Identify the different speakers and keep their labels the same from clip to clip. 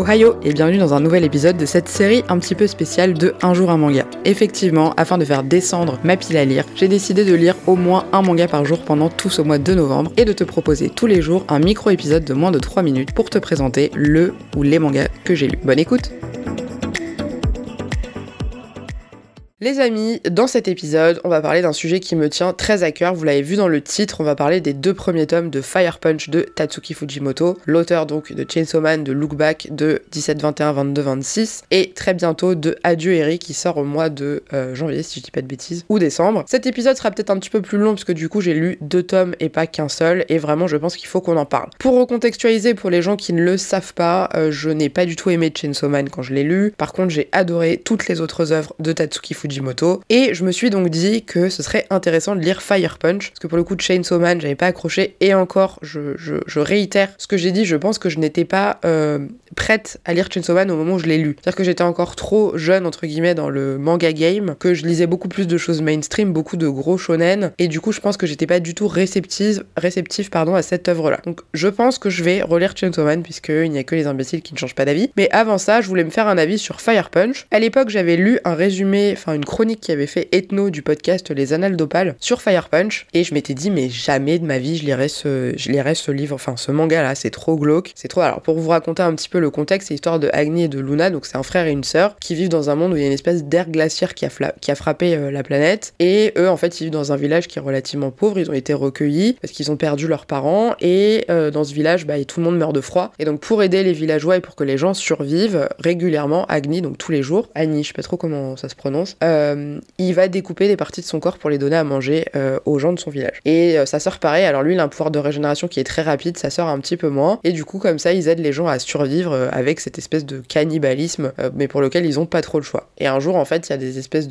Speaker 1: Ohio et bienvenue dans un nouvel épisode de cette série un petit peu spéciale de Un jour un manga. Effectivement, afin de faire descendre ma pile à lire, j'ai décidé de lire au moins un manga par jour pendant tout ce mois de novembre et de te proposer tous les jours un micro-épisode de moins de 3 minutes pour te présenter le ou les mangas que j'ai lus. Bonne écoute! Les amis, dans cet épisode, on va parler d'un sujet qui me tient très à cœur. Vous l'avez vu dans le titre, on va parler des 2 premiers tomes de Fire Punch de Tatsuki Fujimoto, l'auteur donc de Chainsaw Man, de Look Back, de 17-21, 22-26, et très bientôt de Adieu Eri qui sort au mois de janvier, si je dis pas de bêtises, ou décembre. Cet épisode sera peut-être un petit peu plus long parce que du coup j'ai lu 2 tomes et pas qu'un seul, et vraiment je pense qu'il faut qu'on en parle. Pour recontextualiser, pour les gens qui ne le savent pas, je n'ai pas du tout aimé Chainsaw Man quand je l'ai lu. Par contre, j'ai adoré toutes les autres œuvres de Tatsuki Fujimoto, et je me suis donc dit que ce serait intéressant de lire Fire Punch, parce que pour le coup de Chainsaw Man, j'avais pas accroché, et encore, je réitère ce que j'ai dit, je pense que je n'étais pas prête à lire Chainsaw Man au moment où je l'ai lu. C'est-à-dire que j'étais encore trop jeune, entre guillemets, dans le manga game, que je lisais beaucoup plus de choses mainstream, beaucoup de gros shonen, et du coup, je pense que j'étais pas du tout réceptif à cette œuvre-là. Donc, je pense que je vais relire Chainsaw Man, puisqu'il n'y a que les imbéciles qui ne changent pas d'avis. Mais avant ça, je voulais me faire un avis sur Fire Punch. À l'époque, j'avais lu un résumé, une chronique qui avait fait Ethno du podcast Les Annales d'Opale sur Fire Punch, et je m'étais dit, mais jamais de ma vie je lirais ce livre, ce manga-là, c'est trop glauque, c'est trop... Alors, pour vous raconter un petit peu le contexte, c'est l'histoire de Agni et de Luna, donc c'est un frère et une sœur qui vivent dans un monde où il y a une espèce d'air glaciaire qui a frappé la planète, et eux, en fait, ils vivent dans un village qui est relativement pauvre, ils ont été recueillis parce qu'ils ont perdu leurs parents, et dans ce village, tout le monde meurt de froid, et donc pour aider les villageois et pour que les gens survivent, régulièrement, Agni, donc tous les jours, Annie, je sais pas trop comment ça se prononce, il va découper des parties de son corps pour les donner à manger aux gens de son village. Et sa sœur pareil, alors lui il a un pouvoir de régénération qui est très rapide, sa sœur un petit peu moins, et du coup comme ça ils aident les gens à survivre avec cette espèce de cannibalisme, mais pour lequel ils ont pas trop le choix. Et un jour en fait il y a des espèces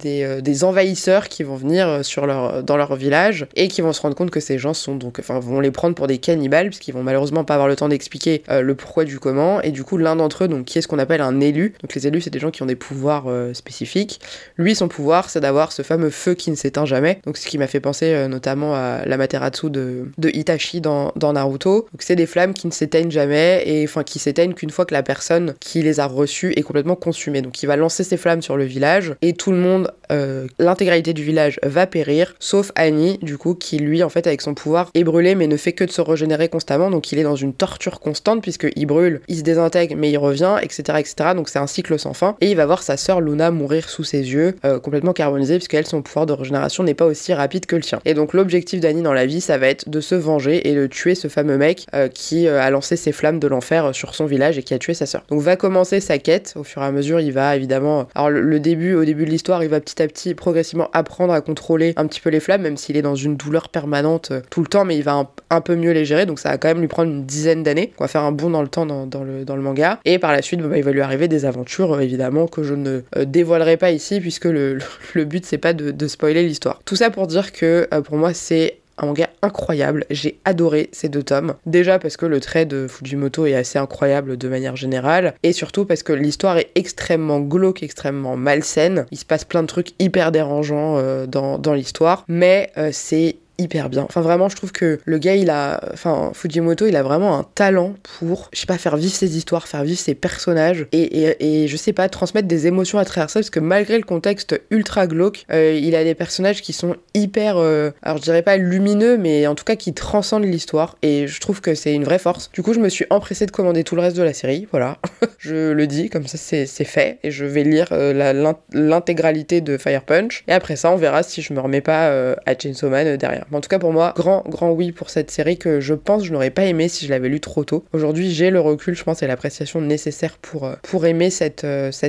Speaker 1: des envahisseurs qui vont venir dans leur village et qui vont se rendre compte que ces gens vont les prendre pour des cannibales puisqu'ils vont malheureusement pas avoir le temps d'expliquer le pourquoi du comment, et du coup l'un d'entre eux, donc qui est ce qu'on appelle un élu, donc les élus c'est des gens qui ont des pouvoirs spécifiques, lui son pouvoir c'est d'avoir ce fameux feu qui ne s'éteint jamais, donc ce qui m'a fait penser notamment à l'Amaterasu de Itachi dans Naruto. Donc c'est des flammes qui ne s'éteignent jamais, et qui s'éteignent qu'une fois que la personne qui les a reçues est complètement consumée. Donc il va lancer ses flammes sur le village, et tout le monde, l'intégralité du village va périr, sauf Annie du coup, qui lui en fait avec son pouvoir est brûlé mais ne fait que de se régénérer constamment, donc il est dans une torture constante puisqu'il brûle, il se désintègre mais il revient, etc. Donc c'est un cycle sans fin, et il va voir sa sœur Luna mourir sous ses yeux, complètement carbonisée, puisqu'elle, son pouvoir de régénération n'est pas aussi rapide que le sien. Et donc l'objectif d'Annie dans la vie, ça va être de se venger et de tuer ce fameux mec qui a lancé ses flammes de l'enfer sur son village et qui a tué sa sœur. Donc va commencer sa quête, au fur et à mesure il va évidemment... Alors au début de l'histoire, il va petit à petit, progressivement apprendre à contrôler un petit peu les flammes, même s'il est dans une douleur permanente tout le temps, mais il va un peu mieux les gérer, donc ça va quand même lui prendre une dizaine d'années. On va faire un bond dans le temps dans le manga, et par la suite il va lui arriver des aventures évidemment que je ne dévoilerai pas ici, puisque le but c'est pas de spoiler l'histoire. Tout ça pour dire que pour moi c'est un manga incroyable, j'ai adoré ces 2 tomes. Déjà parce que le trait de Fujimoto est assez incroyable de manière générale, et surtout parce que l'histoire est extrêmement glauque, extrêmement malsaine. Il se passe plein de trucs hyper dérangeants dans l'histoire, mais c'est hyper bien. Vraiment, je trouve que le gars, Fujimoto, il a vraiment un talent pour, faire vivre ses histoires, faire vivre ses personnages, et je sais pas, transmettre des émotions à travers ça, parce que malgré le contexte ultra glauque, il a des personnages qui sont hyper, alors je dirais pas lumineux, mais en tout cas qui transcendent l'histoire, et je trouve que c'est une vraie force. Du coup, je me suis empressée de commander tout le reste de la série, voilà. Je le dis, comme ça c'est fait, et je vais lire l'intégralité de Fire Punch, et après ça, on verra si je me remets pas à Chainsaw Man derrière. Mais en tout cas pour moi, grand oui pour cette série que je pense que je n'aurais pas aimé si je l'avais lu trop tôt. Aujourd'hui j'ai le recul, je pense, et l'appréciation nécessaire pour aimer cette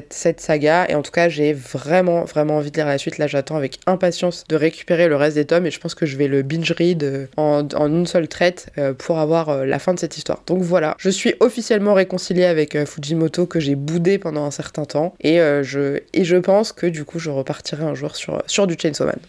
Speaker 1: saga, et en tout cas j'ai vraiment envie de lire la suite. Là j'attends avec impatience de récupérer le reste des tomes, et je pense que je vais le binge read en une seule traite pour avoir la fin de cette histoire. Donc voilà, je suis officiellement réconciliée avec Fujimoto, que j'ai boudé pendant un certain temps, et je pense que du coup je repartirai un jour sur du Chainsaw Man.